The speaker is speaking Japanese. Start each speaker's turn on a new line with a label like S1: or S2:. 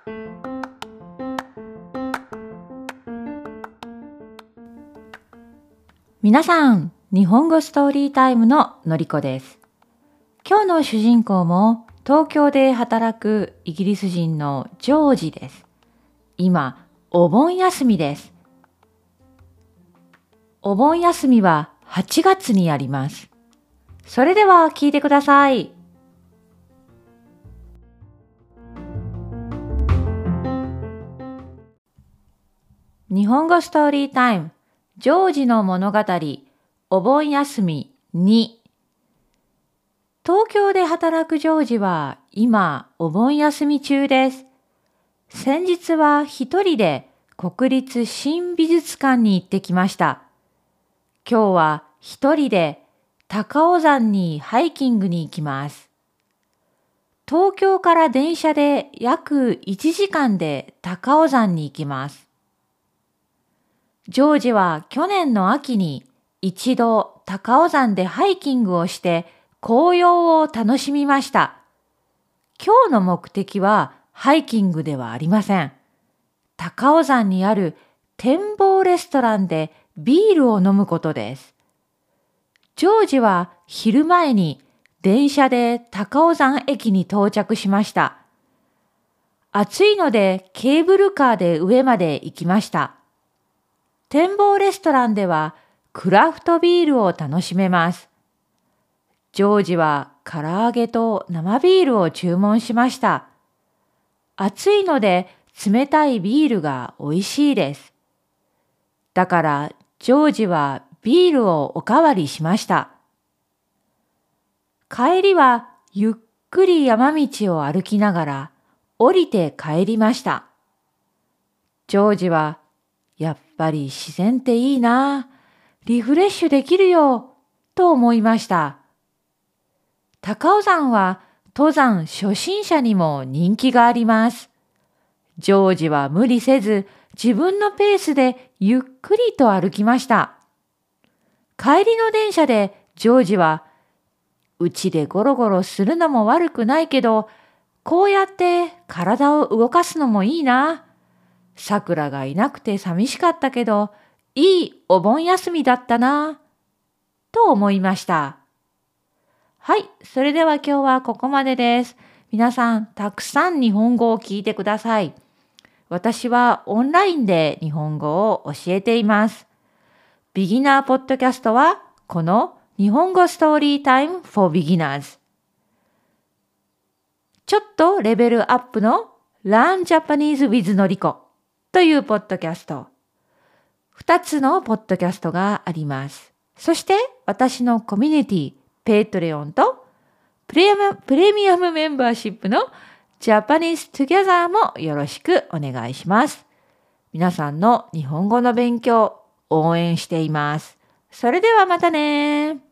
S1: 皆さん、日本語ストーリータイムののりこです。今日の主人公も東京で働くイギリス人のジョージです。今、お盆休みです。お盆休みは8月にあります。それでは聞いてください。日本語ストーリータイム、ジョージの物語、お盆休み2。東京で働くジョージは今お盆休み中です。先日は一人で国立新美術館に行ってきました。今日は一人で高尾山にハイキングに行きます。東京から電車で約1時間で高尾山に行きます。ジョージは去年の秋に一度高尾山でハイキングをして紅葉を楽しみました。今日の目的はハイキングではありません。高尾山にある展望レストランでビールを飲むことです。ジョージは昼前に電車で高尾山駅に到着しました。暑いのでケーブルカーで上まで行きました。展望レストランではクラフトビールを楽しめます。ジョージは唐揚げと生ビールを注文しました。暑いので冷たいビールが美味しいです。だからジョージはビールをおかわりしました。帰りはゆっくり山道を歩きながら降りて帰りました。ジョージはやっぱり自然っていいな、リフレッシュできるよ、と思いました。高尾山は登山初心者にも人気があります。ジョージは無理せず自分のペースでゆっくりと歩きました。帰りの電車でジョージは、うちでゴロゴロするのも悪くないけど、こうやって体を動かすのもいいな。さくらがいなくて寂しかったけど、いいお盆休みだったな、と思いました。はい、それでは今日はここまでです。皆さん、たくさん日本語を聞いてください。私はオンラインで日本語を教えています。ビギナーポッドキャストはこの日本語ストーリータイム for beginners。ちょっとレベルアップの Learn Japanese with のりこというポッドキャスト。2つのポッドキャストがあります。そして私のコミュニティ、Patreon とプレミアムメンバーシップの Japanese Together もよろしくお願いします。皆さんの日本語の勉強応援しています。それではまたね。